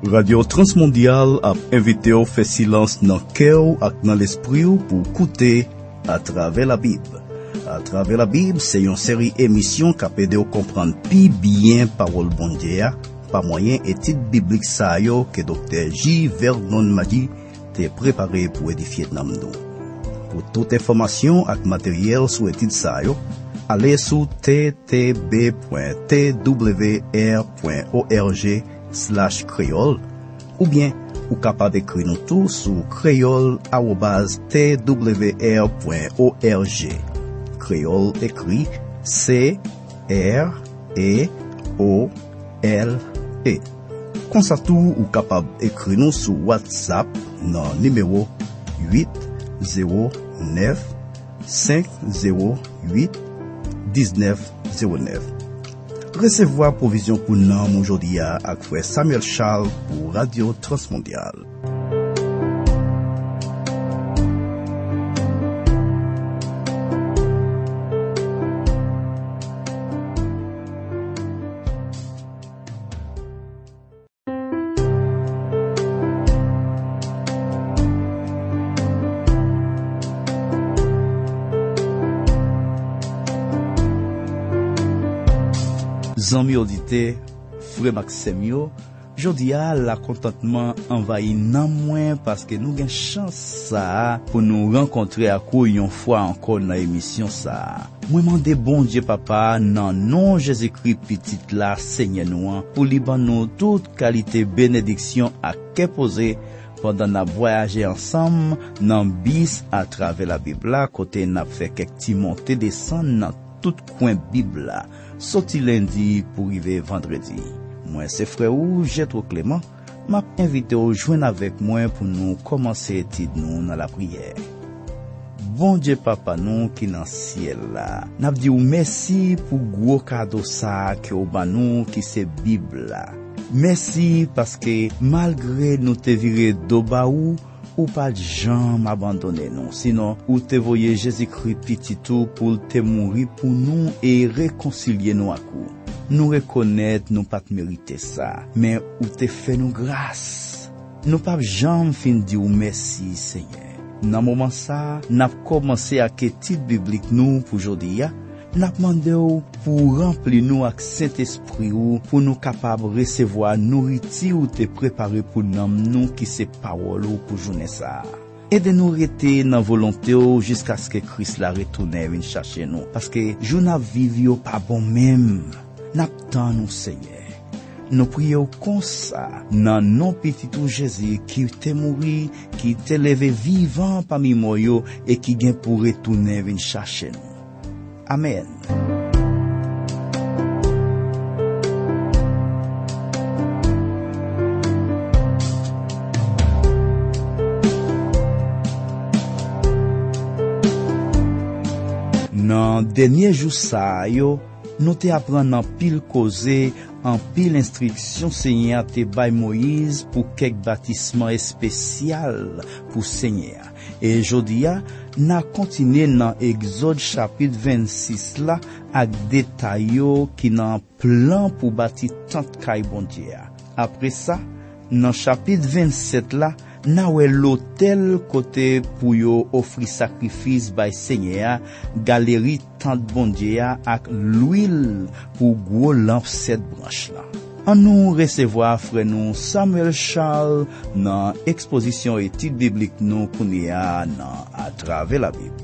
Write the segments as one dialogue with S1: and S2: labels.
S1: Radio Transmondial a invité au fait silence dans le cœur et dans l'esprit pour écouter à travers la Bible. À travers la Bible, c'est une série d'émissions qui aide à comprendre plus bien parole bon Dieu par moyen étude biblique ça yo que docteur J. Vernon Madi t'a préparé pour édifier nous. Pour toute information et matériel sur étude ça yo, allez sur ttb.twr.org/créole ou bien ou capable d'écrire nous tout sur creole@twr.org. Créole écrit C-R-E-O-L-E. Comme ça tout ou capable d'écrire nous sur WhatsApp dans numéro 809 508 1909. Recevoir provision pour nous aujourd'hui avec frère Samuel Charles pour Radio Transmondial. Zami audité, frère Maxime yo, jodi a la contentement envahi nan moins parce que nous gen chance ça pour nous rencontrer à quoi une fois encore dans émission ça. Moi mande bon Dieu papa nan nom Jésus-Christ petit la Seigneur nous pour li ban nous toute qualité bénédiction à que poser pendant n'a voyager ensemble dans bis à travers la Bible là côté n'a fait quelques petits montées descendre dans tout coin Bible là. Sorti lundi pour arriver vendredi. Moi c'est frère ou Jetro Clément, m'a invité au joindre avec moi pour nous commencer étude nous dans la prière. Bon Dieu papa nous qui dans ciel là, n'a dit ou merci pour gros cadeau ça que au ban nous qui c'est Bible là. Merci parce que malgré nous te viré d'obaou ou pas de jamais abandonner nous, sinon ou te voyer Jésus-Christ petit tout pour te mourir pour nous et réconcilier nous à coup. Nous reconnaître nous pas mériter ça, mais ou te fait nous grâce. Nous pas jamais fin dire merci Seigneur. Dans moment ça, n'a commencé à étude biblique nous pour aujourd'hui. N'a demandé pour remplir nous avec Saint-Esprit pour nous capables recevoir nourriture ou te préparer pour nous qui c'est parole pour journée ça. Aidez-nous rester dans volonté jusqu'à ce que Christ la retourne vienne chercher nous parce que jour n'a vivre pas bon même. N'attend nous Seigneur. Nous prions comme ça dans nom petit tout Jésus qui t'est mouru, qui t'est levé vivant parmi moi et qui vient pour retourner vienne chercher nous. Amen. Dans dernier jour ça yo, nous te apprendre en pile causer, en pile instruction Seigneur te bay Moïse pour quelques baptisements spécial pour Seigneur. Et jodia n'a continué dans Exode chapitre 26 là avec détail qui nan plan pour bâtir tente kay bon Dieu. Après ça, dans chapitre 27 là, n'a wè l'hôtel côté pour yo offrir sacrifice by Seigneur, galerie tente bon Dieu avec l'huile pour gros lampe 7 branches là. En nous recevoir frère nous Samuel Charles dans exposition étude biblique nous kounia dans à travers la Bible.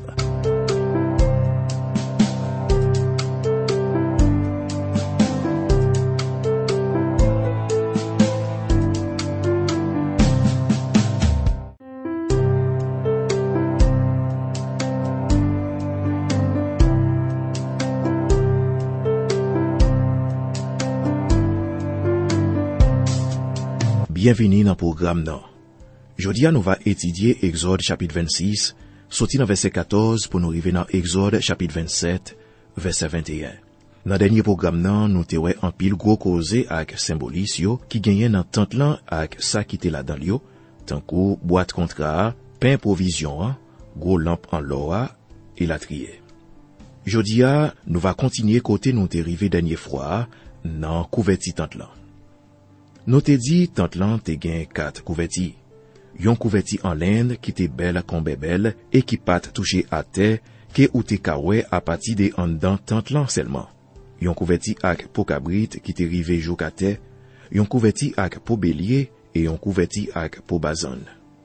S2: Bienvenue dans le programme non. Aujourd'hui, nous va étudier Exode chapitre 26, sorti dans verset 14 pour nous arriver dans Exode chapitre 27, verset 21. Dans le dernier programme non, nous te wè en pile gros causé avec symbolis yo qui gagnent dans tente là avec ça qui était là dans yo, tant que boîte contrat, pain provision, gros lampe en loa et la trier. Aujourd'hui, nous va continuer côté nous te arrivé dernier fois dans couverti tente là. Nou te di tant lan te gen 4 couverti. Yon couverti en laine qui te belle comme bebel et qui pat touché à terre que ou te kawe à partir de en dedans tant lan seulement. Yon couverti ak pou cabrit qui te rive jou ka terre, yon couverti ak pou bélier et yon couverti ak pou bazan.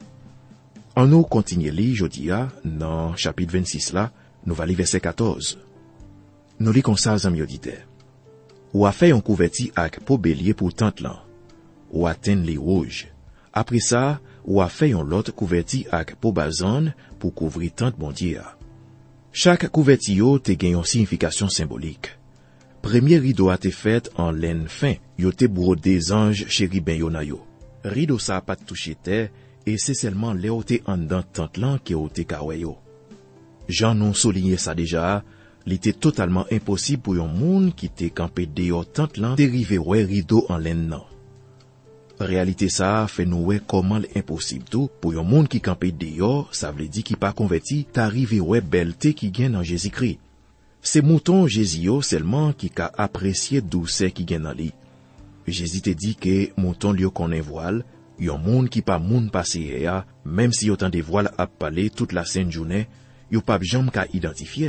S2: En nou kontinye li jodia nan chapitre 26 la, nou va li verset 14. Nou li konsa zam yodite. Ou a fait yon couverti ak pou bélier pour tant lan. Ou a ten li rouge. Après ça, ou a fait yon lot couverti ak pou bazan pour couvrir tant bondye a. Chaque couverti yo te gen yon signification symbolique. Premier rideau a te fait en laine fin, yo te brodé ange chérubin yo na yo. Rideau sa pat touché terre et c'est seulement le ou te en dan tant lan ke ou te kawe yo. Jean nou souligné ça déjà, li te totalement impossible pour yon moun qui te campé de yo tant lan te rive wè rideau en laine nan. Réalité ça fait nous wè comment l'impossible tout pour yon moun qui campé de yo, ça vle di ki pa converti, t'arrive wè belte qui gen dans Jésus-Christ. C'est mouton Jésus yo seulement qui ka apprécié douceur qui gen nan li. Jésus te dit que mouton li yo konnen voile, yon moun qui pa moun passe ya, même si yo tan de voile ap pale toute la sainte journée, yo pa jam ka identifier.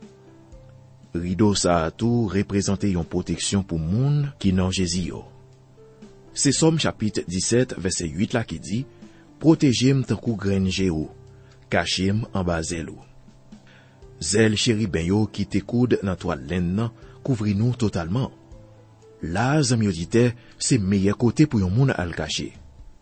S2: Rideau sa a tout représente yon protection pour moun qui nan Jésus yo. C'est Somme chapitre 17 verset 8 là qui dit, protégez-m tan kou grenje ou, cachez-m en bas zèl ou. Zèl chérubin yo qui te coude nan toile laine nan, couvri nous totalement. Là, zami audite, c'est meilleur côté pour yon moun al cacher.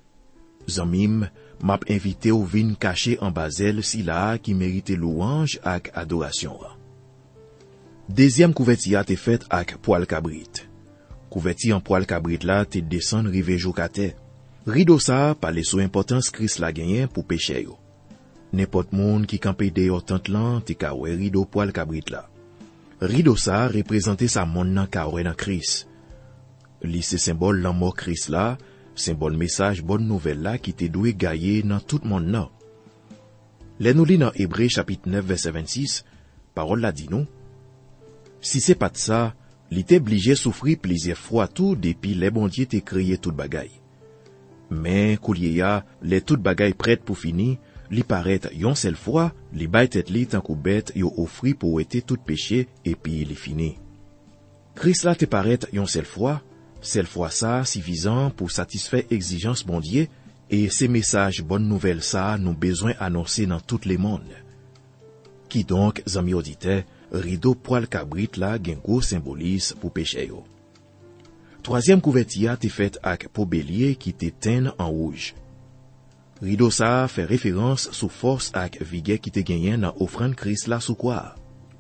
S2: Zamim, m'a invité ou vin cacher en bas zèl si la qui mérite louange ak adoration. Deuxième couverti a te fait ak poil cabrit. Couverti en poil cabrit la te descend rive jou kate. Rideau sa pale sou importance Christ la genyen pour péché yo. N'importe moun qui campé de yo tant lan te ka wè rideau poil cabrit la. Rideau sa représente sa moun nan ka wè nan Christ. Li se symbole lan mort Christ la, symbole message bonne nouvelle la qui te doué gaye nan tout moun nan. Le nou li nan Hébreu chapitre 9 verset 26, parole la di nou, si c'est pas de ça, li te obligé souffrir plusieurs fois tout depuis les bon Dieu te créé tout bagay. Mais kouliye ya, les tout bagay prête pour fini, li paraît yon seule fois, li bay tête li tan kou bête yo offri pour ete tout péché et puis li fini. Christ la te paraît yon seule fois ça suffisant pour satisfaire exigence bon Dieu et ces messages bonne nouvelle ça nous besoin annoncer dans tout le monde. Qui donc, zami audite, rideau poil cabrit la gen gros symbolise pour péché yo. Troisième couverti a te fait ak pou bélier qui te teint en rouge. Rideau sa fait référence sous force ak vigueur qui te genyen dans offrande Christ la sous quoi.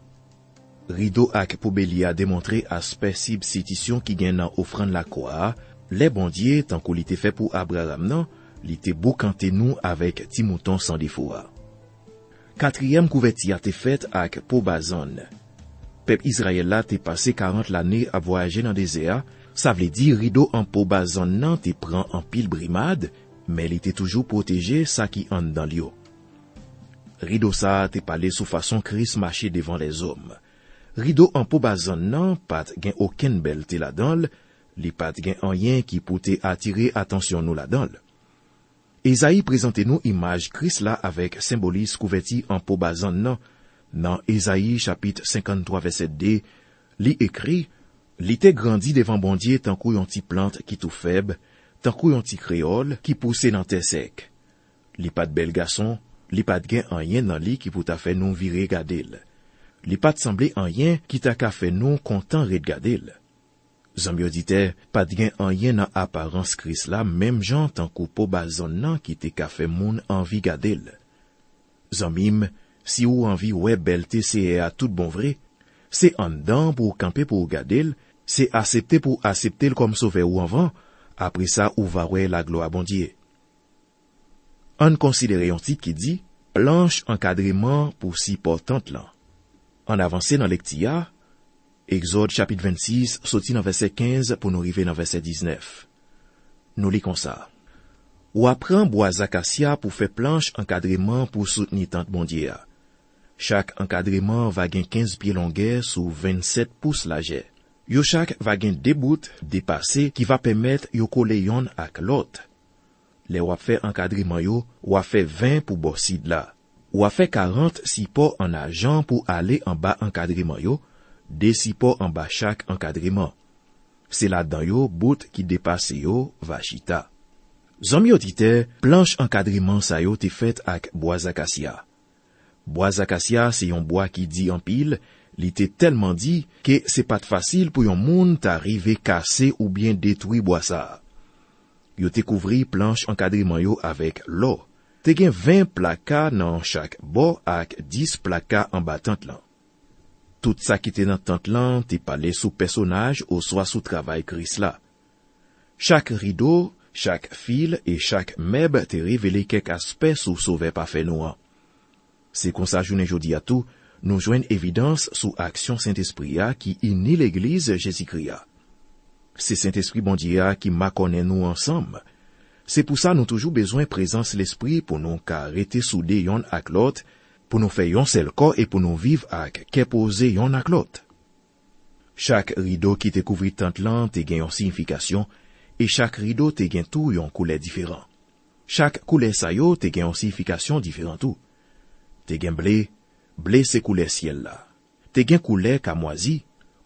S2: Rideau ak pou bélier a démontré aspect substitution qui gen dans offrande la croix, les bon Dieu tant qu'on li te fait pour Abraham nan, li te boucanté nous avec ti mouton sans défaut. Quatrième couverti a te fait ak pou bazan. Peuple Israël la te passé 40 l'année à voyager dans désert, ça veut dire rideau en pou bazan nan te prend en pile brimade, mais il était toujours protégé ça qui en dans l'yo. Rideau sa te parlé sous façon Christ marcher devant les hommes. Rideau en pou bazan nan pat gen aucun belté là-dedans, li pat gen rien qui poute attirer attention nous là-dedans. Esaïe présente nous image Christ là avec symbolise couverti en pou bazan nan. Dans Esaïe chapitre 53 verset 2, li écrit, li te grandi devant bon Dieu tant kou yon ti plante qui tout faible, tant kou yon ti créole qui pousse dans terre sec. Li pat bel garçon, li pat gen rien dans li qui pou ta fait nous virer gadel. Li pat semblé rien qui ta ka fait nous content red gadel. Zami audite, pat gen rien dans apparence Christ là, même gens tant kou pou bazan nan qui te ka fait moun envie gadel. Zamim, si ou envie ouais belte c'est à tout bon vrai, c'est en dedans pour camper pour gadel, c'est accepter pour accepter comme sauveur ou avant, après ça ou va ouais la gloire bon Dieu. On considère un titre qui dit planche encadrement pour si portante là. En avancé dans lectia, Exode chapitre 26, sorti dans verset 15 pour nous arriver dans verset 19. Nous lisons ça. Ou apprend bois acacia pour faire planche encadrement pour soutenir tante bon Dieu. Chaque encadrement va gain 15 pieds longueur sous 27 pouces largeur. Yo chak va gen des bout dépassé qui va permettre yo coller yon ak l'autre. Le wap fait encadrement yo, wap fait 20 pour borsid là. Wap fait 40 support en argent pour aller en bas encadrement yo, des supports en bas chaque encadrement. C'est là-dedans yo bout qui dépasse yo va chita. Zami audite, planche encadrement sa yo te fait ak bois acacia. Bois acacia c'est yon bois qui dit en pile, li te tellement dit que c'est pas facile pour yon moun t'arriver casser ou bien détruire bois ça. Yo te couvri planche encadrement yo avec l'eau. Te gen 20 placas dans chaque bord ak 10 placas en bas tente lan. Tout ça qui te dans tente lan te parlé sous personnage ou soit sous travail Christ là. Chaque rideau, chaque fil et chaque meuble te révélé quelques aspects sous sauvé parfait nous. C'est comme ça journée jodi à tout, nous joignent évidence sous action Saint-Esprit qui unit l'église Jésus-Christ. C'est Saint-Esprit bon Dieu qui m'a connaît nous ensemble. C'est pour ça nous toujours besoin présence l'esprit pour nous arrêter soudé yon ak l'autre, pour nous faire yon seul corps et pour nous vivre ak qu'est posé yon ak l'autre. Chaque rideau qui te couvrit tente lan te gen yon signification et chaque rideau te gen tout yon couleur différent. Chaque couleur sa yo te gen yon signification différent tout. Te gen blé c'est couleur ciel là. Te gen couleur kamoisi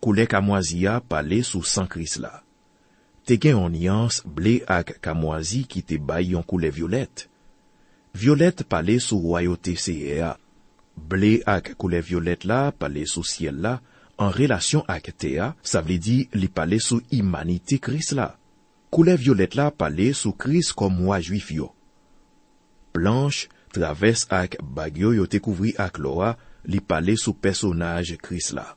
S2: a parlé sous sang Christ là. Te gen yon nuance blé ak kamoisi qui te bay yon couleur violette. Violette parlé sous royauté CEA. Blé ak couleur violette là parlé sous ciel là en relation ak Théa, ça veut dire li parlé sous humanité Christ là. Couleur violette là parlé sous Christ comme moi juif yo. Blanche traverse ak bagyo yo te couvri ak loa, li parlé sous personnage Christ là.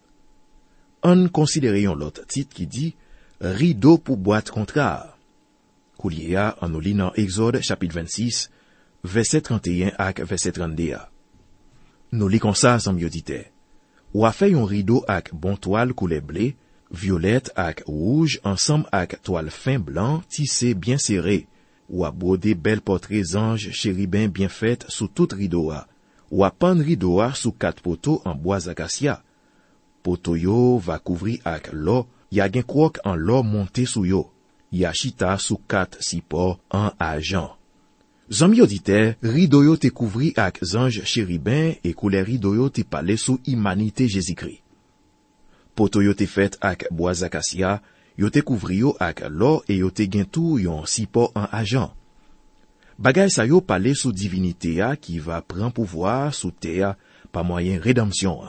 S2: On considère yon l'autre titre qui dit rideau pour boîte contraire. Kouliya en nous lit dans Exode chapitre 26, verset 31 ak verset 32. Nous lit comme ça sans mieux dite. Ou a fait yon rideau ak bon toile couleur blé, violette ak rouge ensemble ak toile fin blanc tissé bien serré. Ou a brodé belle portrait ange chérubin bien faite sous tout rideau a. Ou a pan rideau a sous 4 poteaux en bois acacia. Poteau yo va couvrir ak l'eau, y a gen croc en l'eau monté sous yo. Y a chita sous 4 supports en argent. Zami audite, rideau yo te couvri ak ange chérubin et couleur rideau yo te parlé sous humanité Jésus-Christ. Poteau yo te fait ak bois acacia, yo te couvri yo ak l'eau et yo te gen tout yon support en argent. Bagay sa yo parlé sous divinité a qui va prendre pouvoir sous terre par moyen rédemption.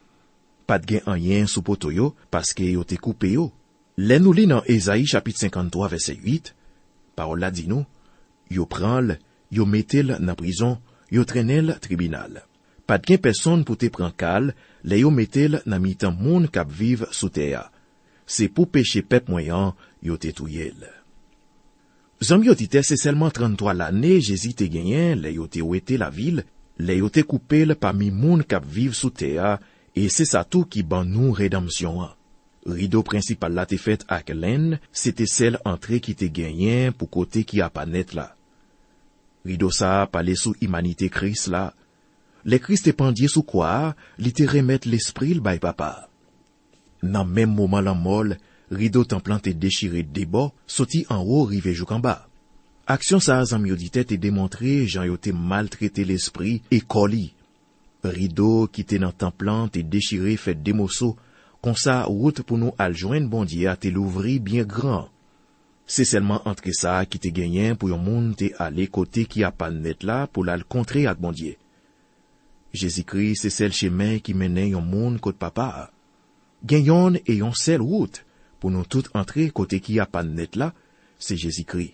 S2: Pas de gen anyen sous poteau yo parce que yo te coupé yo. Len nou li dans Ésaïe chapitre 53 verset 8, parole la dit nous, yo pran yo metel nan prison, yo trenel tribunal. Pas de gen personne pour te pran kal, le yo metel nan mitan moun kap vive sous terre. C'est pour péché pep moyen, yo te touyel. Zami yo dite, c'est seulement 33 l'année Jésus te genyen, le yo te ouete la ville, le yo te coupel parmi moun kap vive sous terre, et c'est ça tout qui ban nous rédemption. Rideau principal la te fait ak laine, c'était celle entrée qui te genyen pour côté qui a pas net là. Rideau ça parlé sous humanité Christ là. Le Christ te pendier sous quoi, li te remettre l'esprit le bay papa. Nan même moment la molle, rideau templant te déchiré des bords, sorti en haut, rive jouk en bas. Action ça zanmi audite te démontré, Jean yo te maltraité l'esprit et coli. Rideau qui te nan templant te déchiré fait des morceaux, comme ça route pour nous al joindre bon Dieu te l'ouvri bien grand. C'est seulement entre ça qui te gagné pour yon moun te aller côté qui a pas net là pour la contrer ak bon Dieu. Jésus-Christ c'est celle chemin qui mène yon moun côté papa. Gagnon et yon seule route pour nous tout entrer côté qui a pas net là, c'est Jésus-Christ.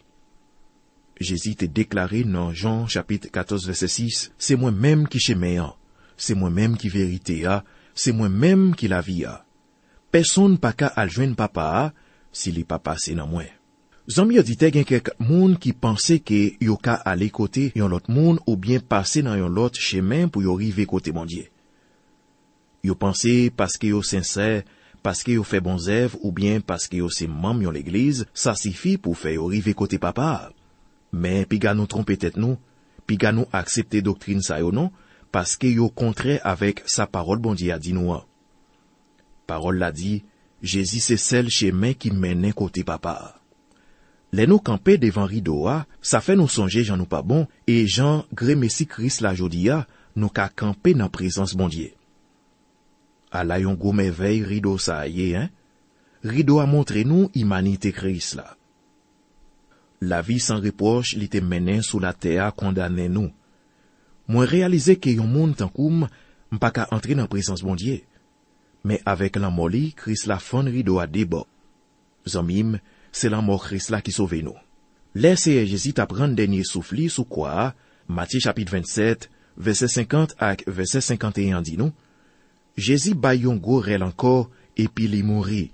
S2: Jésus te déclaré dans Jean chapitre 14 verset 6, c'est moi-même qui chemin, c'est moi-même qui vérité a, c'est moi-même qui la vie a. Personne pas ka al joindre papa si li papa c'est nan moi. Zanmi yo dite gen quelques moun qui pensait que yo ka aller côté yon l'autre moun ou bien passer dans yon l'autre chemin pour yo rive côté bon Dieu. Yo pensé parce que yo sincère, parce que yo fait bon œuvre ou bien parce que yo c'est membre yon l'église, ça suffit pour faire yo rive côté papa. Mais pi ga nous tromper tête nous, pi ga nous accepter doctrine ça yo non, parce que yo contraire avec sa parole bon Dieu a dit nous. Parole la dit, Jésus c'est celle chemin qui mène côté papa. Les nous camper devant rideau, ça fait nous songer Jean nous pas bon, et Jean gré Messie Christ la jodia, nous ka camper dans présence bon Dieu. À la yon gros merveille rideau ça y est, rideau a montré nous humanité Christ là. La vie sans reproche l'était menée sous la terre condamné nous. Moi réalisé que yon monde tant koum m'pa ka entrer dans présence bon Dieu. Mais avec la moli, Christ la fon rideau a débat. Zomim, c'est la mort Christ la qui sauve nous. Laissez Jésus t'apprendre dernier souffle sous quoi, Matthieu chapitre 27, verset 50 ak verset 51 dit nous, Jésus bay yon gros rel encore et puis li mouri.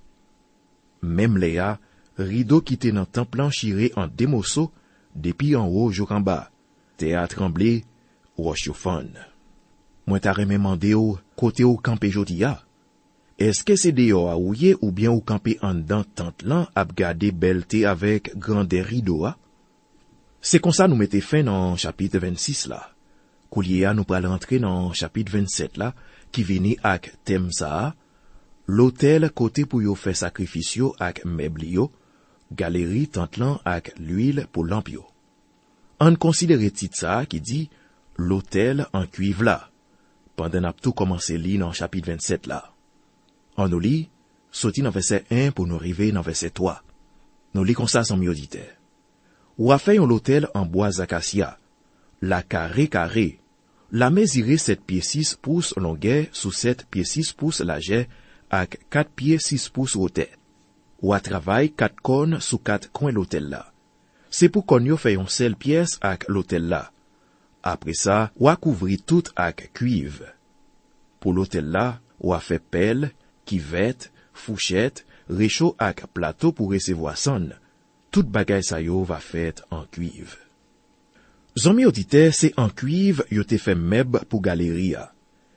S2: Même Léa, rideau qui était dans temple chiré en deux morceaux, depuis en haut jusqu'en bas. Terre tremblé, roche yo fon. Moi t'a remandé ou côté ou campé jodia. Est-ce que c'est dehors à ouiller ou bien ou camper en dedans tente lan ap gade belté avec grandeur rideau a? C'est comme ça nous mettez fin dans chapitre 26 là. Koulier nous pral rentrer dans chapitre 27 là qui vini ak thème ça, l'hôtel côté pour yo faire sacrifice yo ak meuble yo, galerie tente lan ak l'huile pour lampe yo. On considère titre ça qui dit l'hôtel en cuivre là. Pendant n'a tout commencé li dans chapitre 27 là. On nous lit, sorti dans verset 1 pour nous arriver dans verset 3. Nous lit comme ça sans mieux auditeur. Ou a fait l'hôtel en bois acacia, la carré, la mesuré 7 pieds 6 pouces longueur sous 7 pieds 6 pouces largeur avec 4 pieds 6 pouces hauteur. Ou a travail 4 cônes sous 4 coins l'hôtel là. C'est pour qu'on y fait une seule pièce avec l'hôtel là. Après ça, ou a couvri tout avec cuivre. Pour l'hôtel là, ou a fait pelle, kivette, fouchette, réchaud ak plateau pour recevoir son. Tout bagay sa yo va fait en cuivre. Zomi auditeur, c'est en cuivre yo te fait meb pour galeria.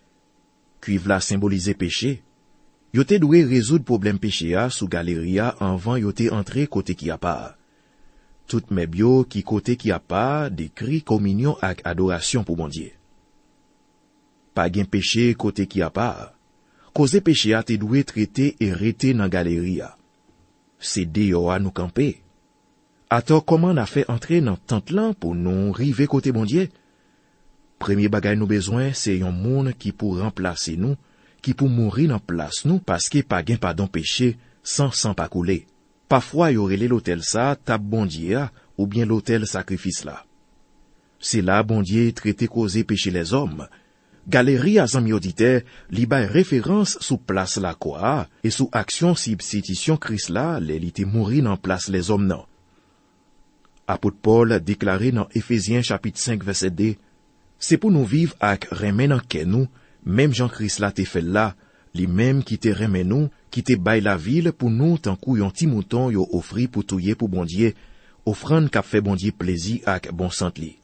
S2: Cuivre la symboliser péché. Yo te doué résoudre problème péché a sous galeria avant yo te entré côté qui a pas. Tout meb yo qui côté qui a pas décrit communion ak adoration pour bon Dieu. Pas gen péché côté qui a pas. Cause péché a te doué traité et rete dans galeria. C'est dehors à nous camper. Attends comment n'a fait entrer dans tente là pour nous river côté bon Dieu? Premier bagay nous besoin c'est yon monde qui pour remplacer nous, qui pour mourir dans place nous parce que pas gen pardon péché sans sang pas couler. Parfois y aurait l'hôtel ça tab bon Dieu ou bien l'hôtel sacrifice là. C'est là bon Dieu traité cause péché les hommes. Galerie à zami auditeur, li bay référence sous place la quoi, et sous action substitution Christ là, les était mourir dans place les hommes non. Apôtre Paul déclaré dans Éphésiens chapitre 5 verset 2, c'est pour nous vivre avec remen en que nous, même Jean-Christ là te fait là, li même qui te remen nous, qui te bay la ville pour nous tant kou yon ti mouton yo offri pour touyer pour bon Dieu, offrande qu'a fait bon Dieu plaisir avec bon sant li.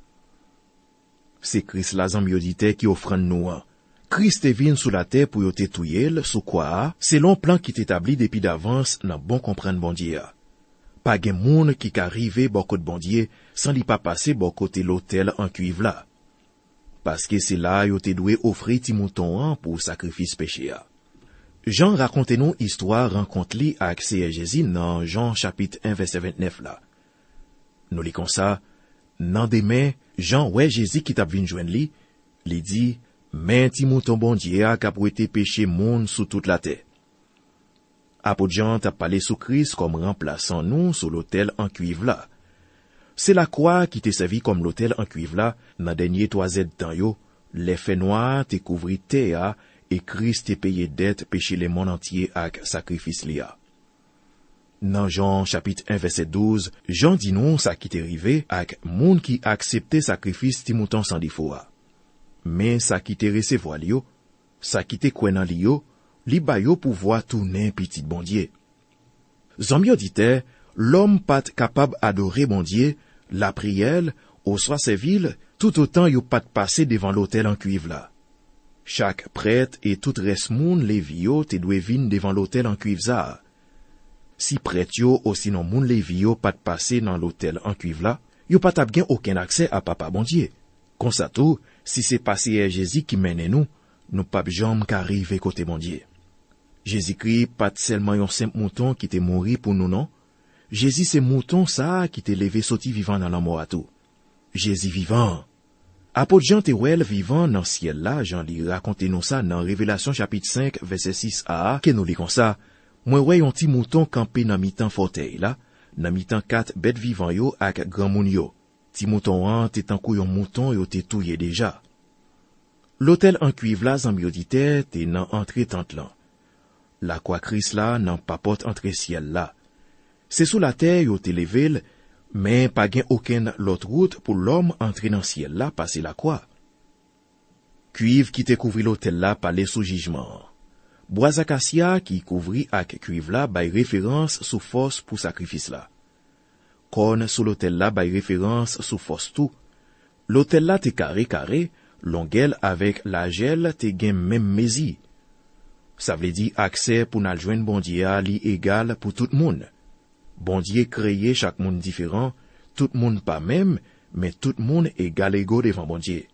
S2: C'est Christ la zami auditeur qui offrande nous. Christ est venu sous la terre pour yote touyel, sous quoi, selon plan qui t'établit depuis d'avance, nan bon comprendre bon Dieu. Pas gen moun qui qu'arrive bon côté bon Dieu, sans li pas passer bon côté l'hôtel en cuivre là. Parce que c'est là yote doué offrir ti mouton pour sacrifice péché. Jean raconte nous histoire rencontre li avec Jésus dans Jean chapitre 1 verset 29 là. Nous li comme ça, nan demain, Jean ouais Jésus qui t'a vinn joindre li dit, mais ti mouton bon Dieu a pour été péché monde sous toute la terre. Apôtre Jean t'a parlé sous Christ comme remplaçant nous sur l'autel en cuivre là. C'est la croix qui t'est servi comme l'autel en cuivre là, dans dernier toisette temps yo, les faits noirs t'est couvri terre et Christ t'est payé dette péché le monde entier avec sacrifice lia. Dans Jean chapitre 1 verset 12, Jean dit non ça qui t'est arrivé avec monde qui acceptait sacrifice ti mouton sans défaut. Mais ça qui t'est recevoir li yo, ça qui t'est kwen nan li yo, li ba yo pouvoir tourner petit bon Dieu. Zami auditeur, l'homme pas capable adorer bon Dieu, la prière, ou soit servile, tout autant yo pas passer devant l'autel en cuivre là. Chaque prêtre et tout reste moun levi yo te doit vinn devant l'autel en cuivre ça. Si prêtre yo ou sinon moun levi yo pas passer dans l'autel en cuivre là, yo pas tap gen aucun accès à papa bon Dieu. Comme ça tout, si c'est passé Jésus qui mène nous pas jamais qu'arriver côté bon Dieu. Jésus-Christ pas seulement un simple mouton qui était mort pour nous, non? Jésus c'est mouton ça qui t'est levé sorti vivant dans la mort à tout. Jésus vivant. Apôtre Jean Théouel vivant dans ciel là, Jean li raconte nous ça dans Révélation chapitre 5 verset 6a, que nous lit comme ça. Moi ouais un petit mouton campé dans mi-temps fauteuil là, dans mi-temps 4 bêtes vivant yo avec grand moun yo. Ti mouton an t'es tant un mouton yo t'es touillé déjà. L'hôtel en cuivre là zanmi auditeur t'es dans entrée tente là. La croix Christ là nan pas porte entrée ciel là. C'est sous la terre yo t'es levé, mais pas gen aucune l'autre route pour l'homme entrer dans ciel là passer la croix. Cuivre qui te couvri l'hôtel là parler sous jugement. Bois acacia qui couvri ak cuivre là bay référence sous force pour sacrifice là. Corne sous l'hôtel là bay référence sous force tout. L'hôtel là te carré, longuel avec la gel te gen même mezi. Ça veut dire accès pour n'al joindre bon Dieu li égal pour tout le monde. Bon Dieu créé chaque monde différent, tout le monde pas même, mais tout le monde égal égaux devant bon Dieu.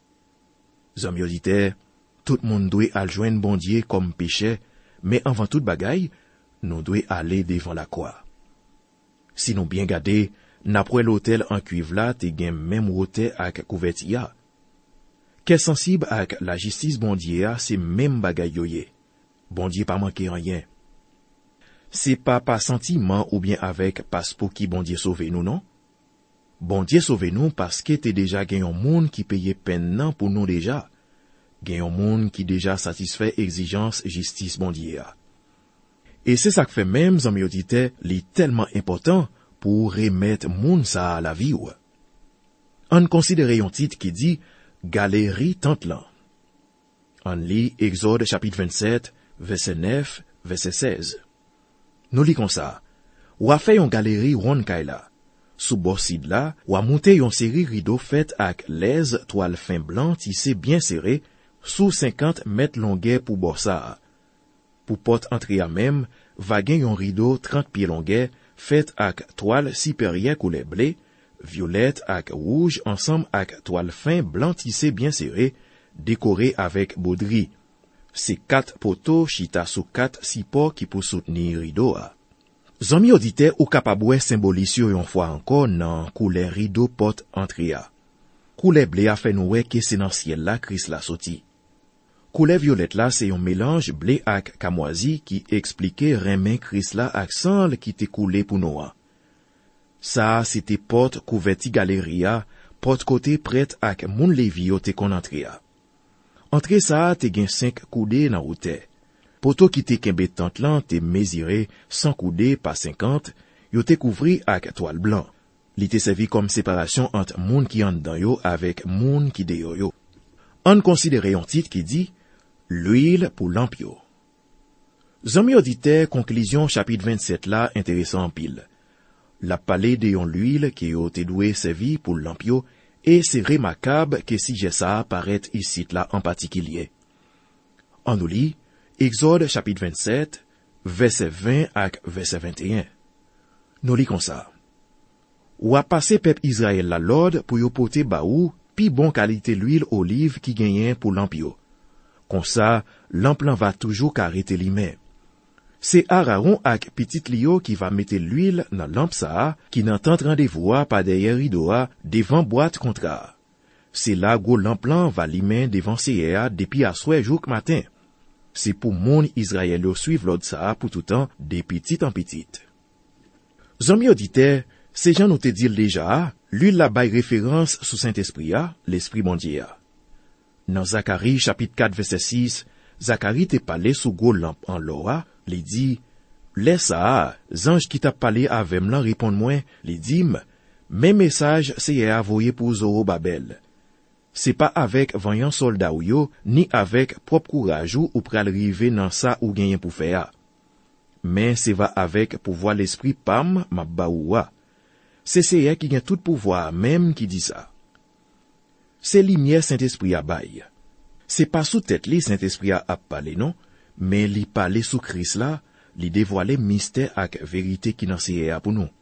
S2: Zami auditeur, tout le monde doit al joindre bon Dieu comme péché, mais avant toute bagaille, nous doit aller devant la croix. Si nous bien garder, n'après l'hôtel en cuivre là, te gen même roté avec couvertia. Qu'est sensible avec la justice bon Dieu, c'est même bagaille yoye. Bon Dieu pas manqué rien. C'est pas par sentiment ou bien avec passeport qui bon Dieu sauve nous, non? Bon Dieu sauve nous parce que t'es déjà gen un monde qui paye peine nan pour nous déjà. Gen un monde qui déjà satisfait exigence justice bon Dieu. Et c'est ça que fait même, zami auditeur, li tellement important pour remettre moun ça à la vie ou. On considère un titre qui dit Galerie Tente-lan. On lit Exode chapitre 27, verset 9, verset 16. Nous lisons ça. Ou a fait une galerie ronde kaila. Sous bord-sid là, ou a monté une série rideau faite avec l'aise toile fin blanc tissé bien serré, sous 50 mètres longueur pour borsa. Pour porte entrée à même, va gagner un rideau 30 pieds longueur, fait avec toile supérieure couleur blé, violette avec rouge ensemble avec toile fin blanc tissé bien serré, décoré avec bauderie. C'est 4 poteaux chita sous 4 supports qui pour soutenir rideau. Zami auditeur ou capable symbolise une fois encore dans couleur rideau porte entrée. Couleur blé a fait nous que c'est dans ciel là Christ la sorti. Couleur violette là c'est un mélange blé avec camoisi qui expliquait remen Christ là avec sang qui t'est coulé pour nous. Ça c'était porte couverti galeria, porte côté prête avec moun levi yo te kon entrée. Entrée ça te gen 5 coudées dans route. Poto qui te kembe tante lan te mesuré 100 coudées par 50, yo te couvri avec toile blanc. Li te servi comme séparation entre moun qui en dedans yo avec moun qui de yo. On considère un titre qui dit l'huile pour lampe yo. Zami auditeur conclusion chapitre 27 là intéressant en pile. La parler de yon l'huile qui yo te doué servi pour lampe yo. Et c'est remarquable que si j'ai ça apparaît ici là en particulier. On nous lit Exode chapitre 27, verset 20 à verset 21. Nous lit comme ça. Ou a passé peuple Israël la l'ordre pour yo porter baou, pi bon qualité l'huile olive qui gagne pour l'ampio. Comme ça, l'emplan va toujours carréter lui-même. C'est Aaron ak petit Lio qui va mettre l'huile dans lampe ça, qui n'entend rendez-vous pas derrière rideau devant boîte contrat. C'est là go l'emplan va limen devant CA depuis à soir jour matin. C'est pour mon Israël yo suivre l'ordre ça pour tout temps de petit en petit. Zami auditeur, ces gens nous te dit déjà, l'huile la bail référence sous Saint-Esprit l'Esprit bon Dieu. Dans Zacharie chapitre 4 verset 6, Zacharie te parlé sous go lampe en loa. Li dit, laisse ça, ange qui t'a parlé avec m'lan répond-moi, li dit, mes messages c'est envoyé pour Zorobabel. C'est pas avec voyant soldat ou yo, ni avec propre courage ou pral rive dans ça ou gagner pour faire. Mais c'est va avec pouvoir l'esprit pam mabbaoua. C'est qui gagne tout pouvoir même qui dit ça. C'est lumière Saint-Esprit à bail. C'est pas sous tête li Saint-Esprit a parlé non. Mais li parler sous Christ là, li dévoiler mystère avec vérité qui dans c'est pour nous.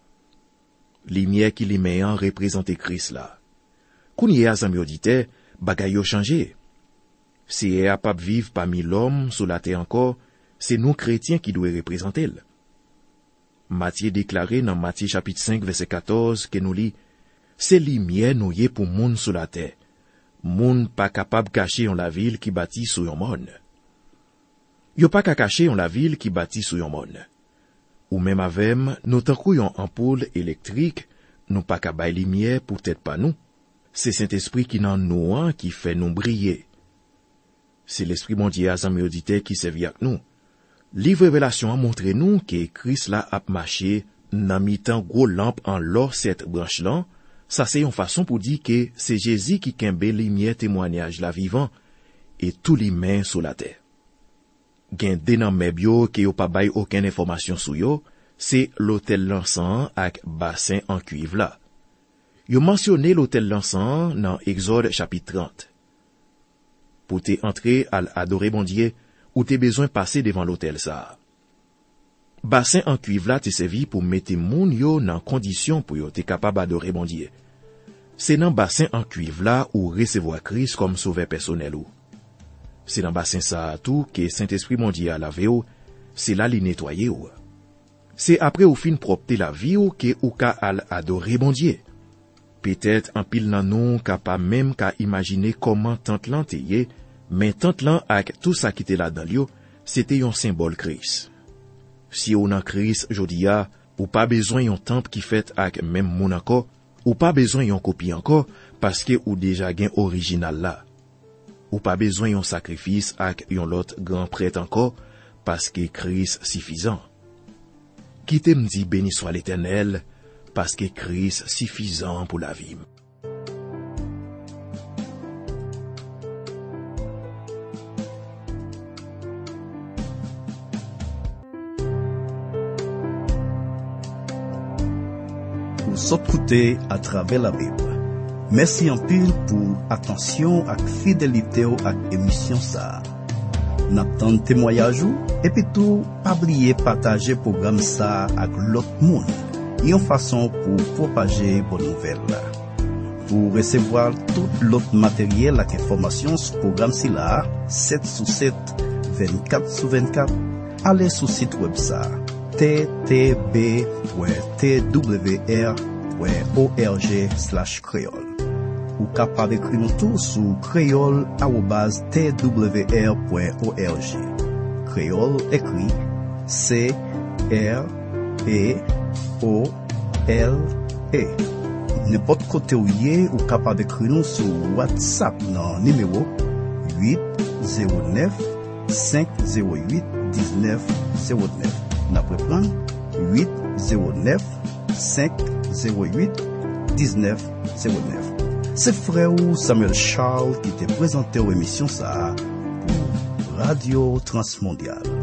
S2: Lumière qui li meilleur représenter Christ là. Kounye a zami auditeur, bagay yo changé. C'est pas vivre parmi l'homme sous la terre encore, c'est nous chrétiens qui doit représenter. Matthieu déclaré dans Matthieu chapitre 5 verset 14 que nous lit, c'est lumière nous y pour moun sous la terre. Moun pas capable cacher en la ville qui bâtit sous yon monde. Yo pas qu'à cacher en la ville qui bâtit sous yon monde. Ou même avem, nous tankou yon ampoule électrique, nous pas qu'à bay lumière pour tête pas nous. C'est Saint-Esprit qui nan nous an qui fait nous briller. C'est l'Esprit bon Dieu azami audité qui sévit avec nous. Livre Révélation a montré nous que Christ la a marché nan mitan gros lampe en l'or cette branche là. Ça c'est une façon pour dire que c'est Jésus qui kembe lumière témoignage la vivant et tout li main sur la terre. Gen denan mebyo que yo pa bay aucune information sur yo, c'est l'autel l'encens avec bassin en cuivre là. Yo mentionné l'autel l'encens dans Exode chapitre 30. Pour te entrer à adorer bon Dieu, ou te besoin passer devant l'autel ça. Bassin en cuivre là te servi pour mettre moun yo dans condition pour yo te capable adorer bon Dieu. C'est dans bassin en cuivre là ou recevoir Christ comme sauveur personnel ou. C'est dans bassin ça tout que Saint-Esprit mon Dieu a lavé ou, c'est là li nettoyer ou. C'est après ou fin propter la vie ou que ou ka al adorer bon Dieu. Peut-être en pile nan nou capable même qu'à imaginer comment tante lan te yé, mais tante lan avec tout ça qui était là dans yo, c'était un symbole Christ. Si ou nan Christ jodia, ou pas besoin yon temple qui fait avec même moun encore, ou pas besoin yon copie encore parce que ou déjà gen original là. Ou pas besoin yon sacrifice avec yon l'autre grand prêtre encore parce que Christ suffisant. Qui te m'di béni soit l'Éternel parce que Christ suffisant pour la vie.
S1: Ou sot koute à travers la Bible. Merci en pile pour attention ak fidélité ou ak émission ça. N'attend témoignage ou et puis tout pas oublier partager programme ça ak l'autre monde. Une façon pour propager bonne nouvelle. Pour recevoir tout l'autre matériel ak information sur programme si là 7 sur 7 24 sur 24 allez sur site web ça ttb.twr.org/creole ou capable écrire nous tout sur creole@twr.org. Creole écrit C-R-E-O-L-E. N'importe côté où y est ou capable écrire nous sur WhatsApp dans numéro 809 508 1909. N'après prendre 809 508 1909. C'est frère Samuel Charles qui te présenté aux émissions ça pour Radio Transmondiale.